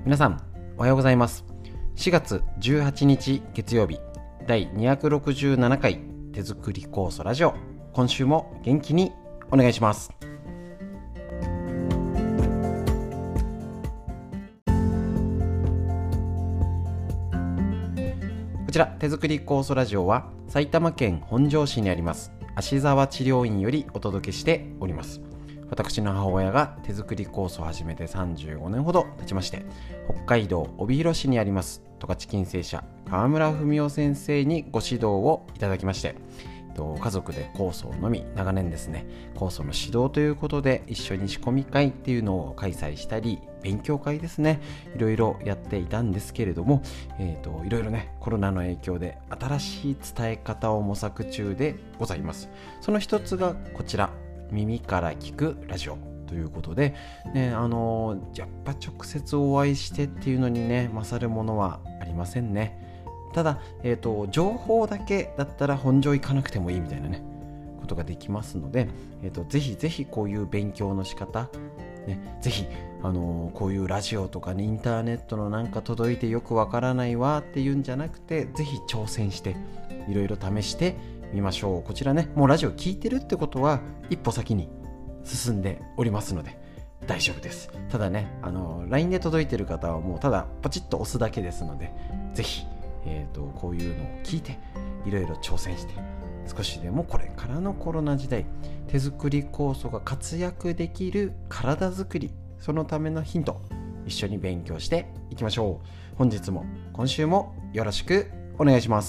皆さんおはようございます。4月18日月曜日第267回手作り酵素ラジオ、今週も元気にお願いします。こちら手作り酵素ラジオは埼玉県本庄市にあります芦沢治療院よりお届けしております。私の母親が手作り酵素を始めて35年ほど経ちまして、北海道帯広市にあります十勝金星社川村文夫先生にご指導をいただきまして、家族で酵素を飲み、長年ですね酵素の指導ということで一緒に仕込み会っていうのを開催したり、勉強会ですね、いろいろやっていたんですけれども、いろいろねコロナの影響で新しい伝え方を模索中でございます。その一つがこちら、耳から聞くラジオということで、ね、やっぱ直接お会いしてっていうのにね勝るものはありませんね。ただ、情報だけだったら本庄行かなくてもいいみたいなねことができますので、ぜひぜひこういう勉強の仕方、ね、ぜひこういうラジオとかねインターネットのなんか届いてよくわからないわっていうんじゃなくて、ぜひ挑戦していろいろ試してみましょう。こちらねもうラジオ聞いてるってことは一歩先に進んでおりますので大丈夫です。ただねLINE で届いてる方はもうただポチッと押すだけですので、ぜひこういうのを聞いていろいろ挑戦して、少しでもこれからのコロナ時代手作り酵素が活躍できる体づくり、そのためのヒント一緒に勉強していきましょう。本日も今週もよろしくお願いします。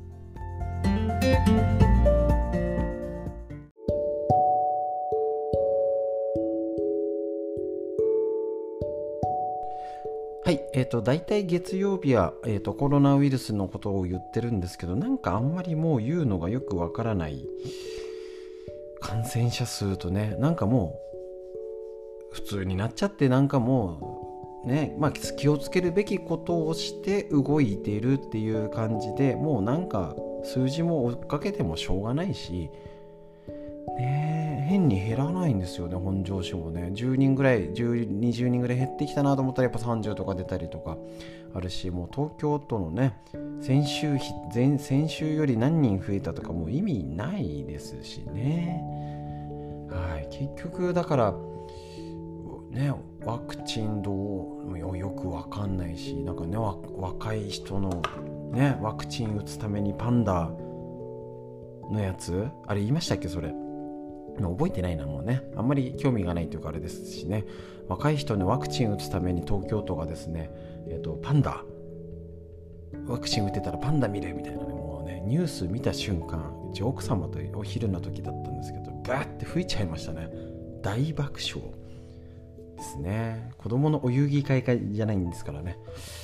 はい、だいたい月曜日は、コロナウイルスのことを言ってるんですけど、なんかあんまりもう言うのがよくわからない感染者数とね、なんかもう普通になっちゃって、なんかもうね、気をつけるべきことをして動いているっていう感じで、もうなんか数字も追っかけてもしょうがないしね、変に減らないんですよね。本庄市もね10人ぐらい20人ぐらい減ってきたなと思ったらやっぱ30とか出たりとかあるし、もう東京都のね先週より何人増えたとかもう意味ないですしね。はい、結局だからねワクチンよくわかんないし、なんかね若い人のねワクチン打つためにパンダのやつあれ言いましたっけ、それ覚えてないな、もうねあんまり興味がないというかあれですしね、若い人にワクチン打つために東京都がですね、パンダワクチン打ってたらパンダ見れみたいなね、もうねニュース見た瞬間、うち奥様とお昼の時だったんですけどバーって吹いちゃいましたね。大爆笑ですね。子供のお遊戯会じゃないんですからね、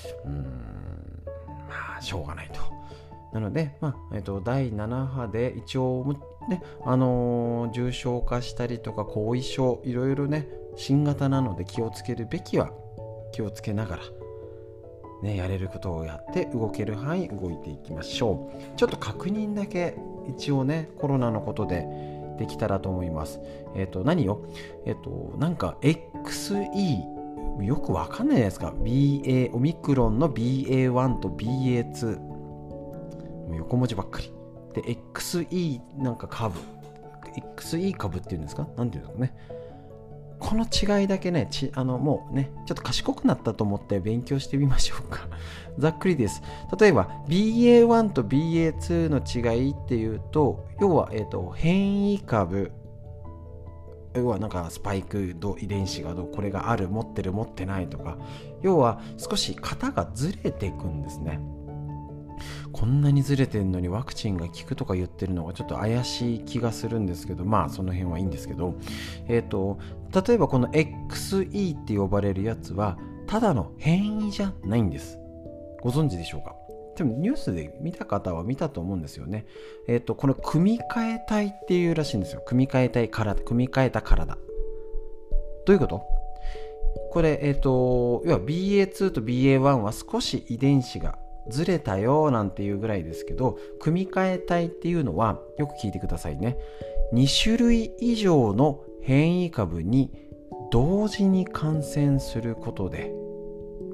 しょうがないと。なので、第7波で一応ね、重症化したりとか後遺症いろいろね新型なので気をつけるべきは気をつけながらね、やれることをやって動ける範囲動いていきましょう。ちょっと確認だけ一応ねコロナのことでできたらと思います。何よなんか XE よくわかんないじゃないですか。オミクロンの BA.1 と BA.2 横文字ばっかりで XE なんか株 XE 株っていうんですか、なんていうんですかね。この違いだけねもうねちょっと賢くなったと思って勉強してみましょうか。ざっくりです。例えば BA.1 と BA.2 の違いっていうと、要は、変異株、要はなんかスパイク遺伝子がこれがある、持ってる持ってないとか、要は少し型がずれていくんですね。こんなにずれてるのにワクチンが効くとか言ってるのがちょっと怪しい気がするんですけど、その辺はいいんですけど、例えばこの XE って呼ばれるやつはただの変異じゃないんです。ご存知でしょうか。でもニュースで見た方は見たと思うんですよね。この組み換え体っていうらしいんですよ。組み換えた体。どういうこと？これ要は BA.2 と BA.1 は少し遺伝子がずれたよなんていうぐらいですけど、組み換え体っていうのはよく聞いてくださいね。2種類以上の変異株に同時に感染することで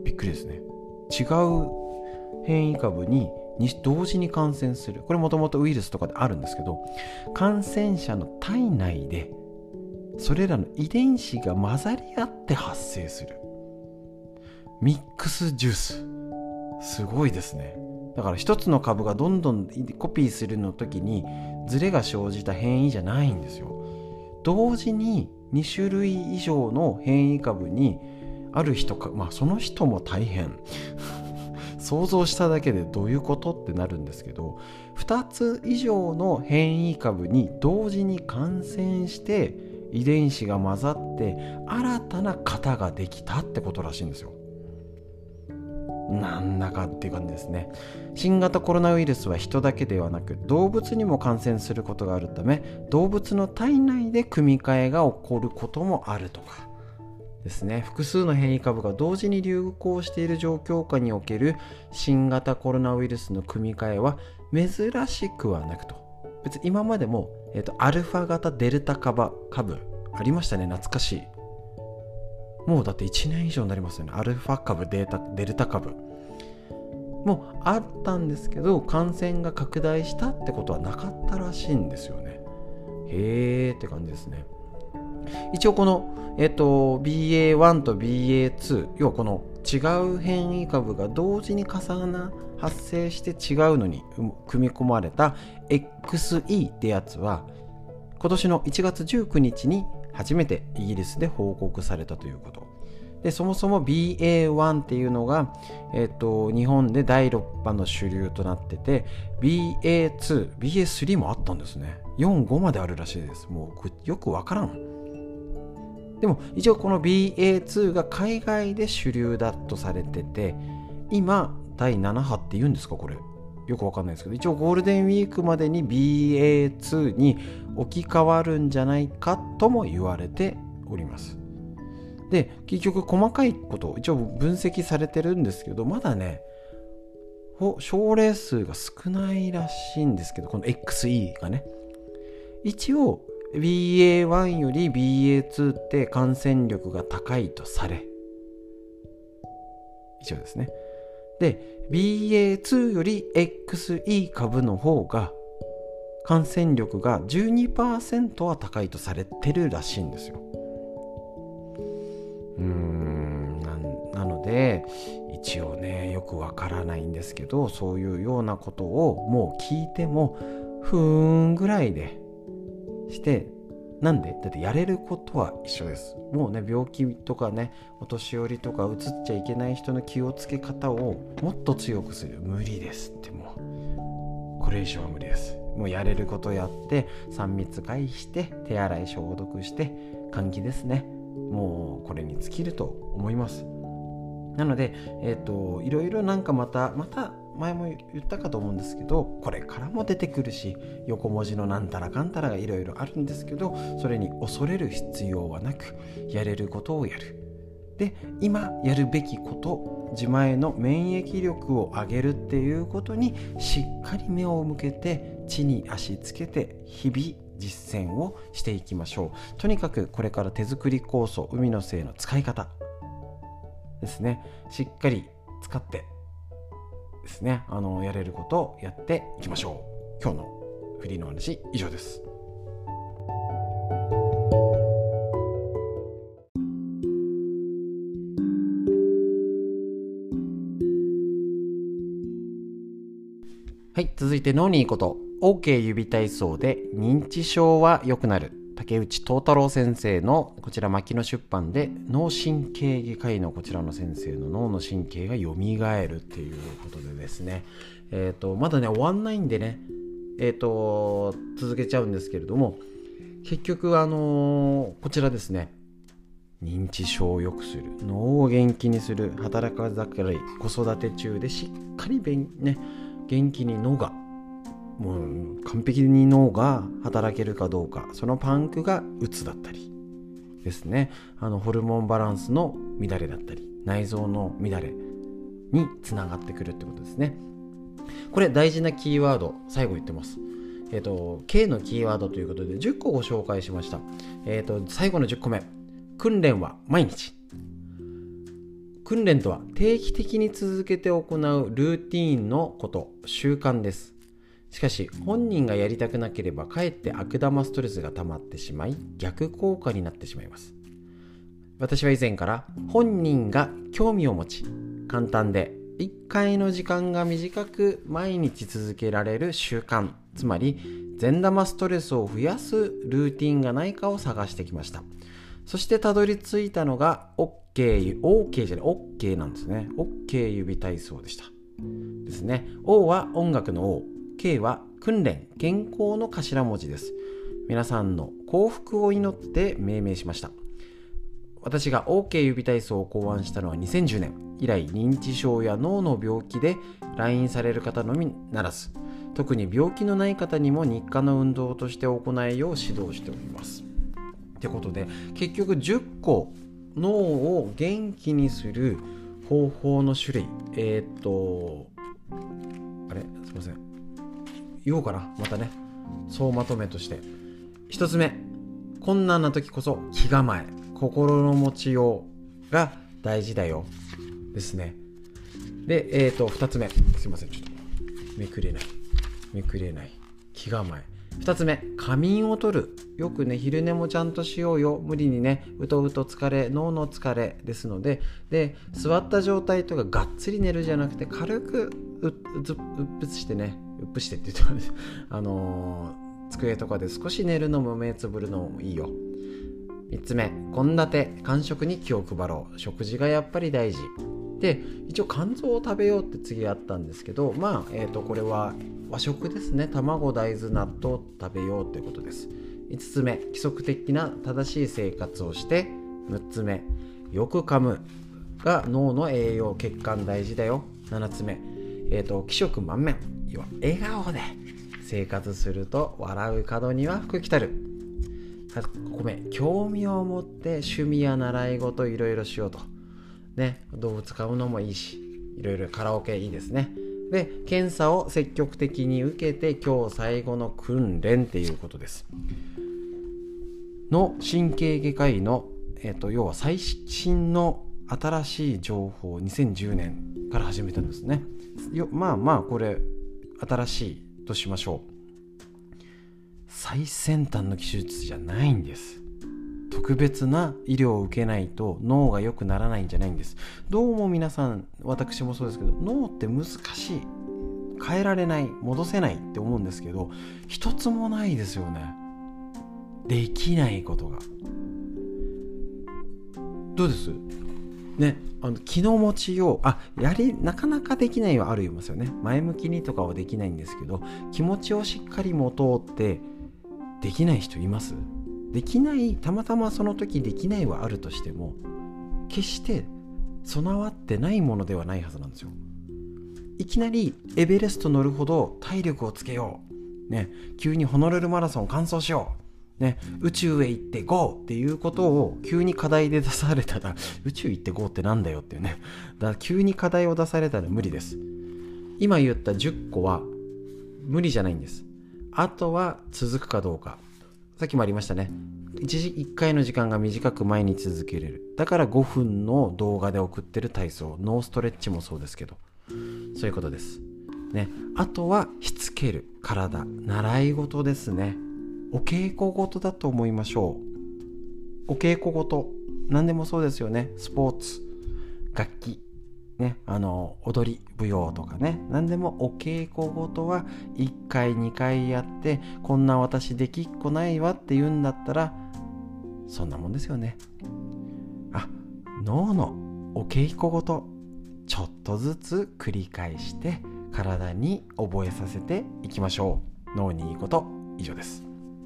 びっくりですね。違う変異株に同時に感染する。これもともとウイルスとかであるんですけど、感染者の体内でそれらの遺伝子が混ざり合って発生するミックスジュース、すごいですね。だから一つの株がどんどんコピーするの時にズレが生じた変異じゃないんですよ。同時に2種類以上の変異株にある人か、その人も大変想像しただけでどういうことってなるんですけど、2つ以上の変異株に同時に感染して遺伝子が混ざって新たな型ができたってことらしいんですよ。なんだかっていう感じですね。新型コロナウイルスは人だけではなく動物にも感染することがあるため、動物の体内で組み換えが起こることもあるとかですね。複数の変異株が同時に流行している状況下における新型コロナウイルスの組み換えは珍しくはなくと。別に今までも、アルファ型デルタ株ありましたね。懐かしい。もうだって1年以上になりますよね。アルファ株デルタ株もうあったんですけど、感染が拡大したってことはなかったらしいんですよね。へーって感じですね。一応この、BA.1 と BA.2、 要はこの違う変異株が同時に発生して違うのに組み込まれた XE ってやつは今年の1月19日に初めてイギリスで報告されたということで、そもそも BA.1 っていうのが、日本で第6波の主流となってて、 BA.2、BA.3 もあったんですね。4、5まであるらしいです。もうよくわからん。でも一応この BA.2 が海外で主流だとされてて、今第7波って言うんですか、これよくわかんないですけど、一応ゴールデンウィークまでに BA.2 に置き換わるんじゃないかとも言われております。で、結局細かいこと一応分析されてるんですけど、まだね症例数が少ないらしいんですけど、この XE がね、一応 BA.1 より BA.2 って感染力が高いとされ、一応ですね。で BA.2 より XE 株の方が感染力が 12% は高いとされてるらしいんですよ。なので一応ねよくわからないんですけど、そういうようなことをもう聞いてもふーんぐらいでして、なんでだってやれることは一緒です。もうね、病気とかね、お年寄りとかうつっちゃいけない人の気をつけ方をもっと強くする。無理ですって。もうこれ以上は無理です。もうやれることやって、3密回避して手洗い消毒して換気ですね。もうこれに尽きると思います。なのでいろいろなんかまた前も言ったかと思うんですけど、これからも出てくるし、横文字のなんたらかんたらがいろいろあるんですけど、それに恐れる必要はなく、やれることをやる。で、今やるべきこと、自前の免疫力を上げるっていうことにしっかり目を向けて、地に足つけて日々実践をしていきましょう。とにかくこれから手作り酵素、海の精の使い方ですね、しっかり使ってですね、やれることをやっていきましょう。今日のフリーの話以上です。はい、続いて脳にいいこと OK 指体操で認知症は良くなる、竹内東太郎先生のこちら牧野出版で脳神経外科医のこちらの先生の脳の神経がよみがえるっていうことでですね、まだね終わんないんでね、続けちゃうんですけれども、結局こちらですね、認知症を良くする、脳を元気にする、働か盛り子育て中でしっかり元気に脳がもう完璧に脳が働けるかどうか、そのパンクがうつだったりですね、ホルモンバランスの乱れだったり内臓の乱れにつながってくるってことですね。これ大事なキーワード最後言ってます。K のキーワードということで10個ご紹介しました。最後の10個目、訓練は毎日。 訓練とは定期的に続けて行うルーティーンのこと、習慣です。しかし本人がやりたくなければかえって悪玉ストレスが溜まってしまい、逆効果になってしまいます。私は以前から本人が興味を持ち、簡単で1回の時間が短く毎日続けられる習慣、つまり善玉ストレスを増やすルーティンがないかを探してきました。そしてたどり着いたのが OK なんですね。 OK 指体操でしたですね。 O は音楽の O、 K は訓練、健康の頭文字です。皆さんの幸福を祈って命名しました。私が OK 指体操を考案したのは2010年。以来認知症や脳の病気で来院される方のみならず、特に病気のない方にも日課の運動として行えよう指導しております。ってことで、結局10個脳を元気にする方法の種類、すいません、言おうかな、またね、総まとめとして。1つ目、困難な時こそ気構え、心の持ちようが大事だよですね。で、2つ目、すいません、ちょっとめくれない気構え。2つ目、仮眠をとる。よくね、昼寝もちゃんとしようよ。無理にね、うとうと疲れ、脳の疲れですので、座った状態とかがっつり寝るじゃなくて、軽くうっぷしてね、うっぷしてって言って机とかで少し寝るのも目つぶるのもいいよ。3つ目、献立、間食に気を配ろう。食事がやっぱり大事で、一応肝臓を食べようって次あったんですけど、これは和食ですね。卵、大豆、納豆食べようということです。5つ目、規則的な正しい生活をして。6つ目、よく噛むが脳の栄養、血管大事だよ。7つ目、気色満面、要は笑顔で生活すると笑う門には福来たる。8個目、興味を持って趣味や習い事いろいろしようとね。動物飼うのもいいし、いろいろカラオケいいですね。で、検査を積極的に受けて今日最後の訓練っていうことです。の神経外科医の、要は最新の新しい情報を2010年から始めたんですね。これ新しいとしましょう。最先端の技術じゃないんです。特別な医療を受けないと脳が良くならないんじゃないんです。どうも皆さん、私もそうですけど、脳って難しい、変えられない、戻せないって思うんですけど、一つもないですよね。できないことが。どうですね。気の持ちよう、なかなかできないはありますよね。前向きにとかはできないんですけど、気持ちをしっかり持とうってできない人います？できない、たまたまその時できないはあるとしても、決して備わってないものではないはずなんですよ。いきなりエベレスト乗るほど体力をつけよう、ね、急にホノルルマラソン完走しよう、ね、宇宙へ行ってゴーっていうことを急に課題で出されたら、宇宙行ってゴーってなんだよっていうね。だから急に課題を出されたら無理です。今言った10個は無理じゃないんです。あとは続くかどうか。さっきもありましたね。1回の時間が短く毎日続けれる。だから5分の動画で送ってる体操、ノーストレッチもそうですけど、そういうことですね。あとはしつける体、習い事ですね。お稽古事だと思いましょう。お稽古事、何でもそうですよね。スポーツ、楽器ね、踊り、舞踊とかね、何でもお稽古事は1回2回やって、こんな私できっこないわって言うんだったら、そんなもんですよね。脳のお稽古事、ちょっとずつ繰り返して体に覚えさせていきましょう。脳にいいこと、以上です。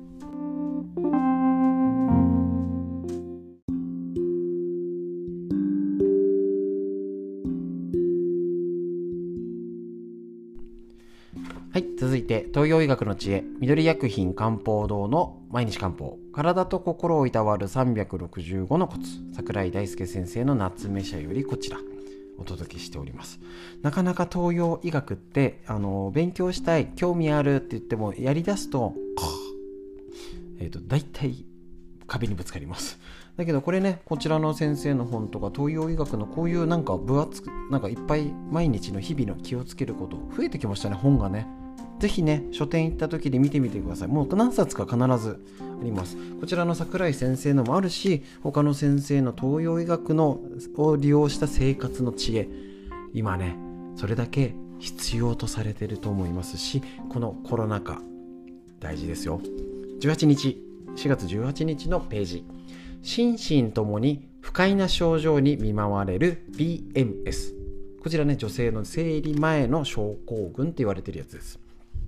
はい、続いて東洋医学の知恵、緑薬品漢方堂の毎日漢方、体と心をいたわる365のコツ、櫻井大輔先生の夏目社よりこちらお届けしております。なかなか東洋医学って勉強したい、興味あるって言ってもやりだすと大体壁にぶつかります。 だけどこれね、こちらの先生の本とか東洋医学のこういうなんか分厚くなんかいっぱい毎日の日々の気をつけること増えてきましたね、本がね。ぜひね、書店行った時に見てみてください。もう何冊か必ずあります。こちらの桜井先生のもあるし、他の先生の東洋医学のを利用した生活の知恵、今ねそれだけ必要とされていると思いますし、このコロナ禍大事ですよ。4月18日のページ、心身ともに不快な症状に見舞われる PMS、 こちらね、女性の生理前の症候群って言われているやつです。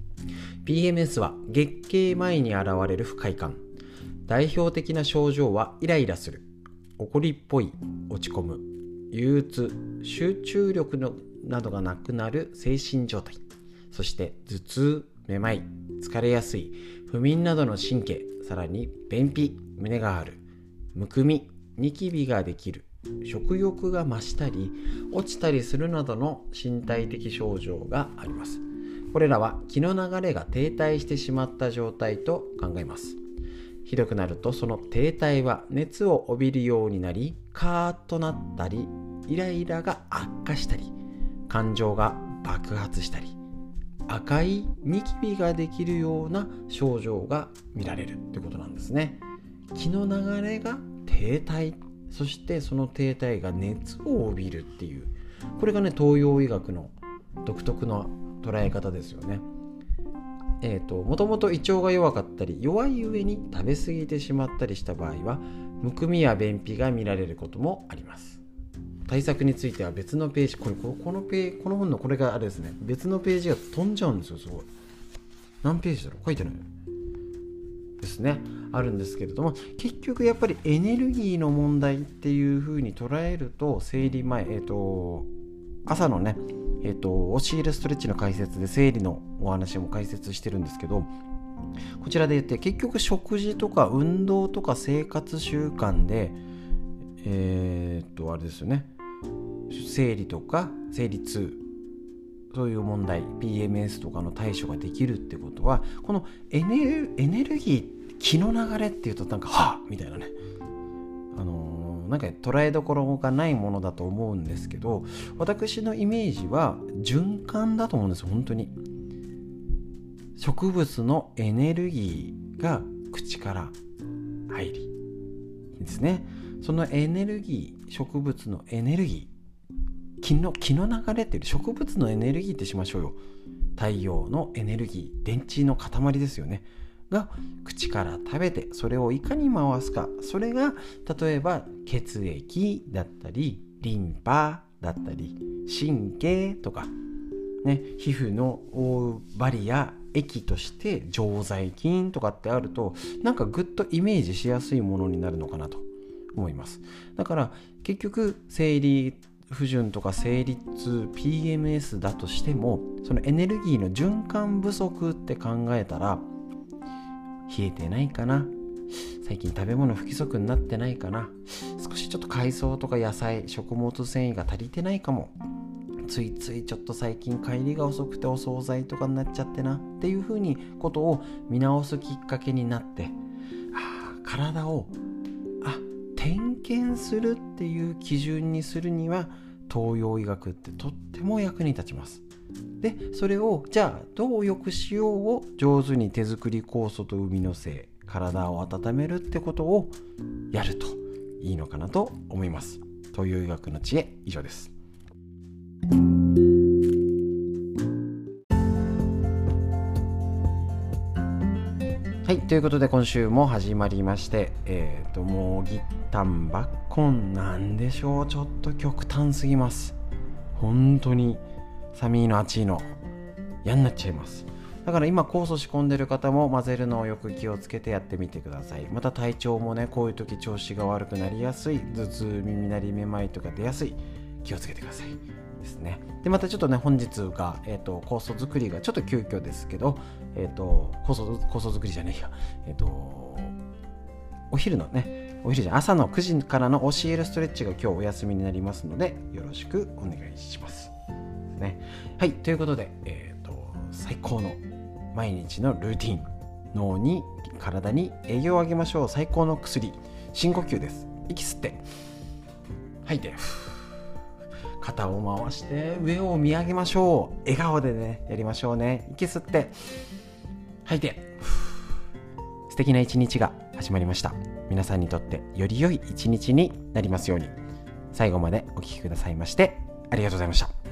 PMS は月経前に現れる不快感。代表的な症状はイライラする、怒りっぽい、落ち込む、憂鬱、集中力などがなくなる精神状態、そして頭痛、めまい、疲れやすい、不眠などの神経、さらに便秘、胸が張る、むくみ、ニキビができる、食欲が増したり落ちたりするなどの身体的症状があります。これらは気の流れが停滞してしまった状態と考えます。ひどくなるとその停滞は熱を帯びるようになり、カーッとなったり、イライラが悪化したり、感情が爆発したり、赤いニキビができるような症状が見られるということなんですね。気の流れが停滞、そしてその停滞が熱を帯びるっていう、これがね東洋医学の独特の捉え方ですよね。もともと胃腸が弱かったり、弱い上に食べ過ぎてしまったりした場合はむくみや便秘が見られることもあります。対策については別のページ、この本のこれがあれですね、別のページが飛んじゃうんですよ。すごい、何ページだろう、書いてないですね、あるんですけれども、結局やっぱりエネルギーの問題っていう風に捉えると、生理前、朝のね、教えるストレッチの解説で生理のお話も解説してるんですけど、こちらで言って結局食事とか運動とか生活習慣であれですよね、生理とか生理痛、そういう問題 PMS とかの対処ができるってことは、このエネルギー、気の流れっていうとなんかはぁみたいなね、なんか捉えどころがないものだと思うんですけど、私のイメージは循環だと思うんですよ。本当に植物のエネルギーが口から入りですね。そのエネルギー、植物のエネルギー、気の流れっていう植物のエネルギーってしましょうよ。太陽のエネルギー、電池の塊ですよねが口から食べて、それをいかに回すか、それが例えば血液だったりリンパだったり神経とかね、皮膚の覆うバリア、液として常在菌とかってあると、なんかぐっとイメージしやすいものになるのかなと思います。だから結局生理不順とか生理痛 PMS だとしても、そのエネルギーの循環不足って考えたら、冷えてないかな、最近食べ物不規則になってないかな、少しちょっと海藻とか野菜、食物繊維が足りてないかも、ついついちょっと最近帰りが遅くてお惣菜とかになっちゃってなっていう風にことを見直すきっかけになって、体を点検するっていう基準にするには東洋医学ってとっても役に立ちます。でそれをじゃあどう良くしようを上手に手作り酵素と海の精、体を温めるってことをやるといいのかなと思います。東洋医学の知恵、以上です。はい、ということで今週も始まりまして、もうぎったんばっこんなんでしょう。ちょっと極端すぎます。本当に寒いの暑いの嫌になっちゃいます。だから今酵素仕込んでる方も混ぜるのをよく気をつけてやってみてください。また体調もね、こういう時調子が悪くなりやすい、頭痛、耳鳴り、めまいとか出やすい、気をつけてくださいですね。でまたちょっとね、本日が、酵素作りがちょっと急遽ですけど、酵素作りじゃねえや、お昼のね、朝の9時からの教えるストレッチが今日お休みになりますので、よろしくお願いしますですね。はい、ということで、最高の毎日のルーティン、脳に体に栄養をあげましょう。最高の薬、深呼吸です。 息吸って吐いて、肩を回して上を見上げましょう。笑顔でねやりましょうね。息吸って吐いて、素敵な一日が始まりました。皆さんにとってより良い一日になりますように。最後までお聞きくださいましてありがとうございました。